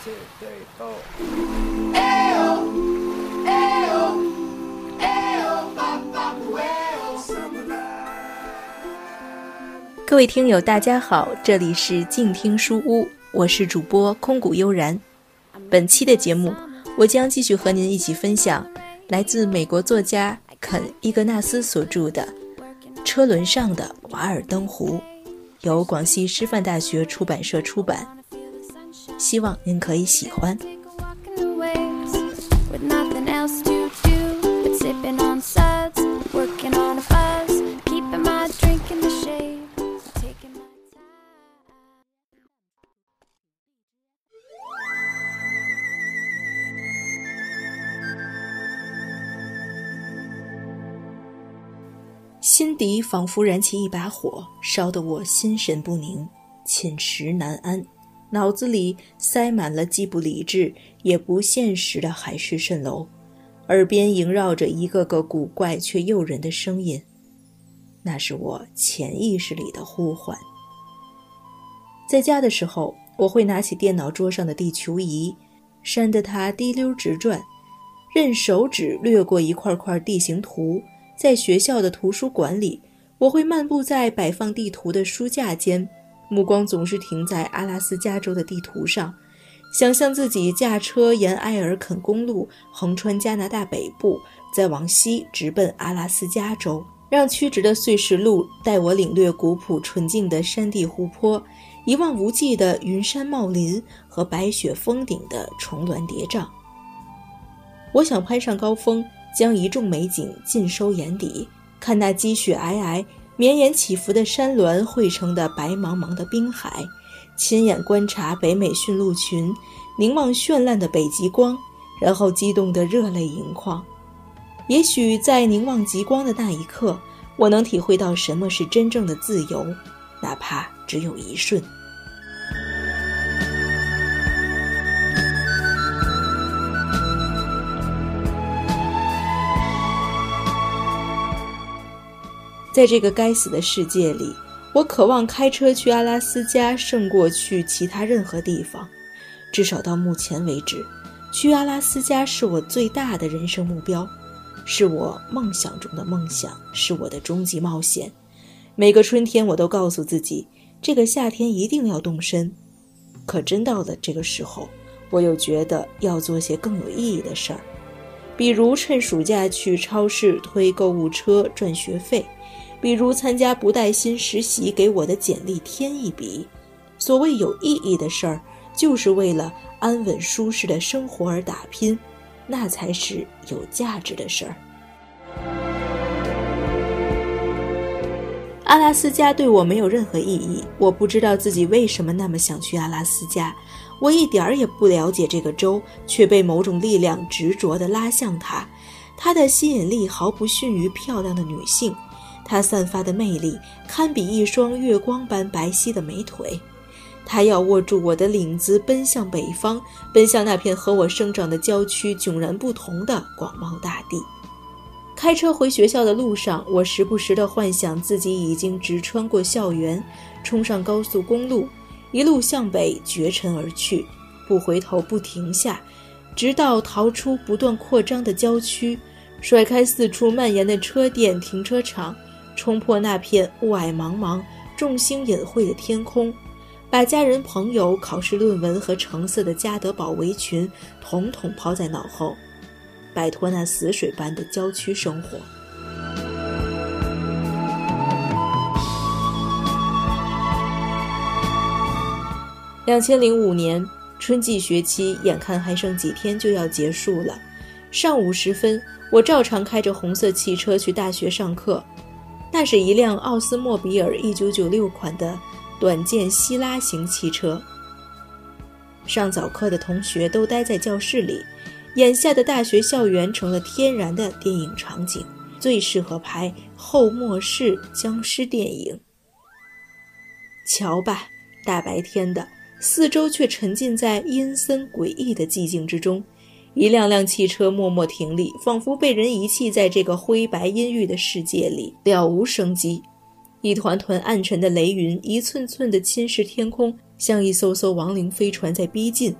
2, 3, 4. Ayo, ayo, ayo, papa pueo. 各位听友大家好，这里是静听书屋，我是主播空谷悠然。本期的节目，我将继续和您一起分享来自美国作家肯·伊格纳斯所著的《车轮上的瓦尔登湖》，由广西师范大学出版社出版，希望您可以喜欢。心底仿佛燃起一把火，烧得我心神不宁，寝食难安，脑子里塞满了既不理智也不现实的海市蜃楼，耳边萦绕着一个个古怪却诱人的声音，那是我潜意识里的呼唤。在家的时候，我会拿起电脑桌上的地球仪，扇得它滴溜直转，任手指掠过一块块地形图。在学校的图书馆里，我会漫步在摆放地图的书架间，目光总是停在阿拉斯加州的地图上，想象自己驾车沿埃尔肯公路横穿加拿大北部，再往西直奔阿拉斯加州，让曲直的碎石路带我领略古朴纯净的山地湖泊，一望无际的云山茂林和白雪峰顶的重峦叠嶂。我想攀上高峰，将一众美景尽收眼底，看那积雪皑皑绵延起伏的山峦汇成的白茫茫的冰海，亲眼观察北美驯鹿群，凝望绚烂的北极光，然后激动得热泪盈眶。也许在凝望极光的那一刻，我能体会到什么是真正的自由，哪怕只有一瞬。在这个该死的世界里，我渴望开车去阿拉斯加胜过去其他任何地方。至少到目前为止，去阿拉斯加是我最大的人生目标，是我梦想中的梦想，是我的终极冒险。每个春天我都告诉自己，这个夏天一定要动身。可真到了这个时候，我又觉得要做些更有意义的事儿，比如趁暑假去超市推购物车赚学费，比如参加不带薪实习给我的简历添一笔。所谓有意义的事儿，就是为了安稳舒适的生活而打拼，那才是有价值的事儿。阿拉斯加对我没有任何意义，我不知道自己为什么那么想去阿拉斯加，我一点儿也不了解这个州，却被某种力量执着地拉向它。它的吸引力毫不逊于漂亮的女性，它散发的魅力堪比一双月光般白皙的美腿。它要握住我的领子，奔向北方，奔向那片和我生长的郊区迥然不同的广袤大地。开车回学校的路上，我时不时地幻想自己已经直穿过校园，冲上高速公路，一路向北绝尘而去，不回头不停下，直到逃出不断扩张的郊区，甩开四处蔓延的车店停车场，冲破那片雾霭茫茫众星隐晦的天空，把家人朋友考试论文和橙色的加德堡围裙统统抛在脑后，摆脱那死水般的郊区生活。2005年春季学期眼看还剩几天就要结束了，上午时分，我照常开着红色汽车去大学上课。那是一辆奥斯莫比尔1996款的短件希拉型汽车。上早课的同学都待在教室里，眼下的大学校园成了天然的电影场景，最适合拍后末世僵尸电影。瞧吧，大白天的，四周却沉浸在阴森诡异的寂静之中，一辆辆汽车默默停立，仿佛被人遗弃在这个灰白阴郁的世界里，了无生机。一团团暗沉的雷云一寸寸地侵蚀天空，像一艘艘亡灵飞船在逼近。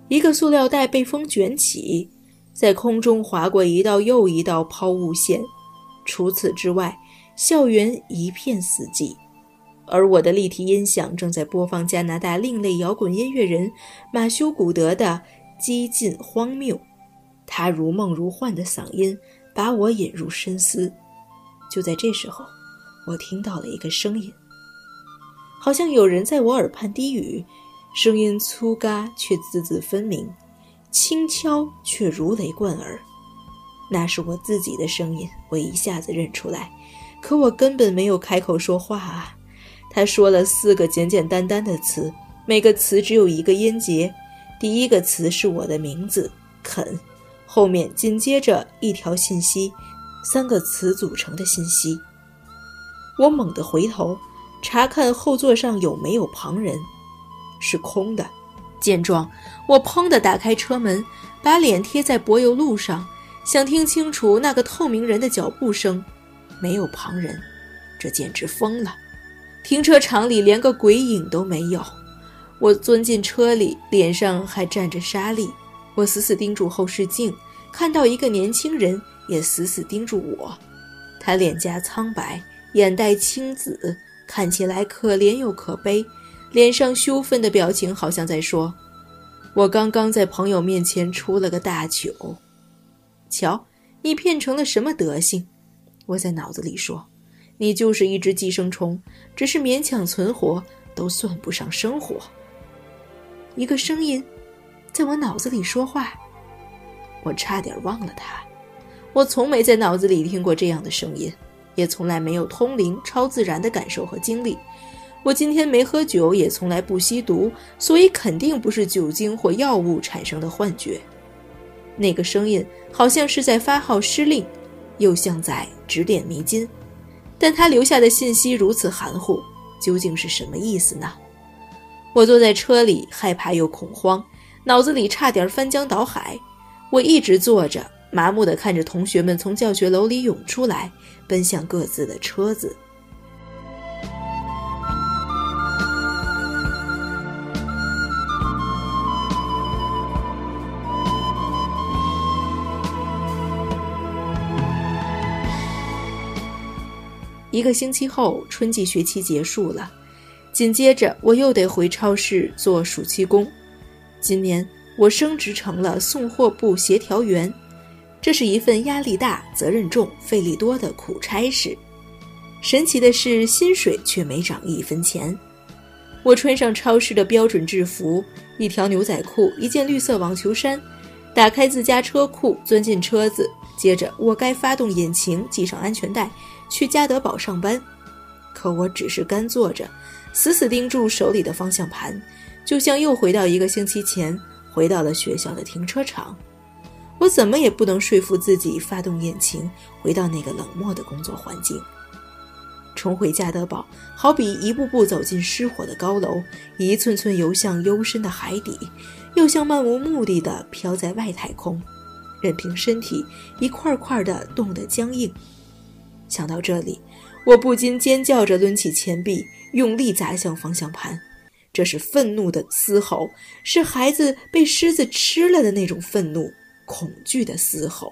一个塑料袋被风卷起，在空中划过一道又一道抛物线。除此之外，校园一片死寂，而我的立体音响正在播放加拿大另类摇滚音乐人马修·古德的《激进荒谬》，他如梦如幻的嗓音把我引入深思。就在这时候，我听到了一个声音，好像有人在我耳畔低语，声音粗嘎却字字分明，轻敲却如雷贯耳。那是我自己的声音，我一下子认出来，可我根本没有开口说话啊。他说了4个简简单单的词，每个词只有一个音节，第一个词是我的名字肯，后面紧接着一条信息，3个词组成的信息。我猛地回头查看后座上有没有旁人，是空的。见状，我砰地打开车门，把脸贴在柏油路上，想听清楚那个透明人的脚步声。没有旁人，这简直疯了。停车场里连个鬼影都没有。我钻进车里，脸上还沾着沙粒。我死死盯住后视镜，看到一个年轻人也死死盯住我。他脸颊苍白，眼带青紫，看起来可怜又可悲，脸上羞愤的表情好像在说，我刚刚在朋友面前出了个大糗。瞧，你变成了什么德行？我在脑子里说，你就是一只寄生虫，只是勉强存活，都算不上生活。一个声音在我脑子里说话，我差点忘了它。我从没在脑子里听过这样的声音，也从来没有通灵、超自然的感受和经历。我今天没喝酒，也从来不吸毒，所以肯定不是酒精或药物产生的幻觉。那个声音好像是在发号施令，又像在指点迷津，但他留下的信息如此含糊，究竟是什么意思呢？我坐在车里，害怕又恐慌，脑子里差点翻江倒海。我一直坐着，麻木地看着同学们从教学楼里涌出来，奔向各自的车子。1个星期后，春季学期结束了，紧接着我又得回超市做暑期工。今年我升职成了送货部协调员，这是一份压力大、责任重、费力多的苦差事。神奇的是，薪水却没涨1分钱。我穿上超市的标准制服，一条牛仔裤，一件绿色网球衫，打开自家车库，钻进车子，接着我该发动引擎，系上安全带，去加德堡上班。可我只是干坐着，死死盯住手里的方向盘，就像又回到1个星期前，回到了学校的停车场。我怎么也不能说服自己发动引擎，回到那个冷漠的工作环境。重回加德堡，好比一步步走进失火的高楼，一寸寸游向幽深的海底，又像漫无目的地飘在外太空，任凭身体一块块地冻得僵硬。想到这里，我不禁尖叫着抡起钱币，用力砸向方向盘。这是愤怒的嘶吼，是孩子被狮子吃了的那种愤怒，恐惧的嘶吼。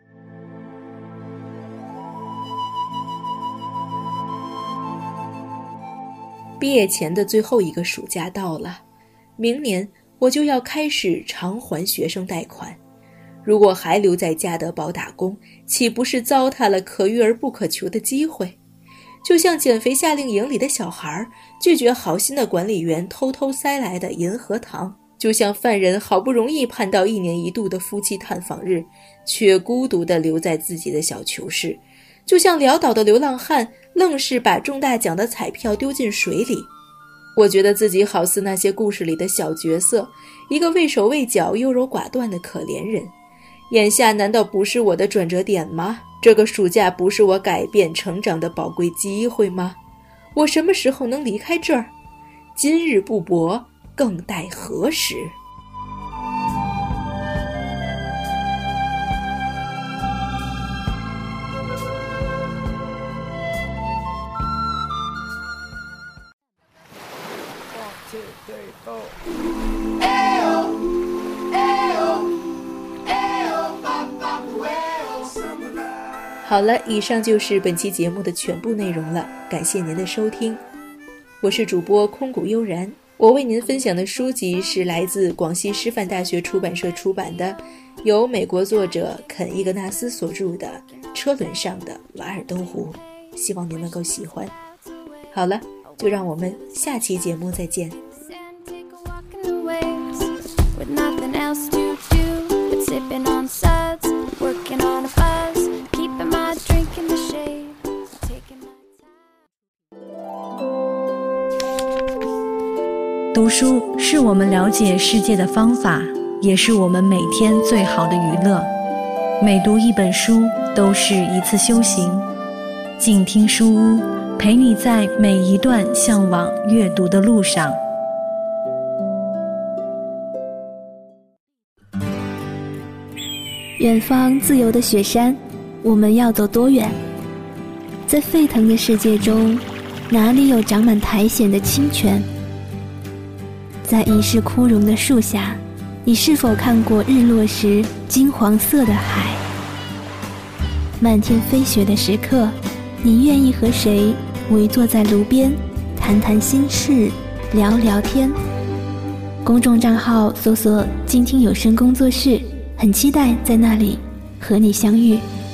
毕业前的最后1个暑假到了，明年我就要开始偿还学生贷款。如果还留在加德堡打工，岂不是糟蹋了可遇而不可求的机会？就像减肥夏令营里的小孩拒绝好心的管理员偷偷塞来的银河糖，就像犯人好不容易盼到1年1度的夫妻探访日，却孤独地留在自己的小囚室，就像潦倒的流浪汉愣是把中大奖的彩票丢进水里。我觉得自己好似那些故事里的小角色，一个畏手畏脚、优柔寡断的可怜人。眼下难道不是我的转折点吗？这个暑假不是我改变成长的宝贵机会吗？我什么时候能离开这儿？今日不搏，更待何时？ 好了，以上就是本期节目的全部内容了，感谢您的收听。我是主播空谷悠然，我为您分享的书籍是来自广西师范大学出版社出版的，由美国作者肯·伊格纳斯所著的《车轮上的瓦尔登湖》，希望您能够喜欢。好了，就让我们下期节目再见。 读书是我们了解世界的方法，也是我们每天最好的娱乐。每读一本书都是一次修行。静听书屋，陪你在每一段向往阅读的路上。 远方自由的雪山，我们要走多远？在沸腾的世界中，哪里有长满苔藓的清泉？在已是枯荣的树下，你是否看过日落时金黄色的海？漫天飞雪的时刻，你愿意和谁围坐在炉边，谈谈心事，聊聊天？公众账号搜索静听有声工作室，很期待在那里和你相遇。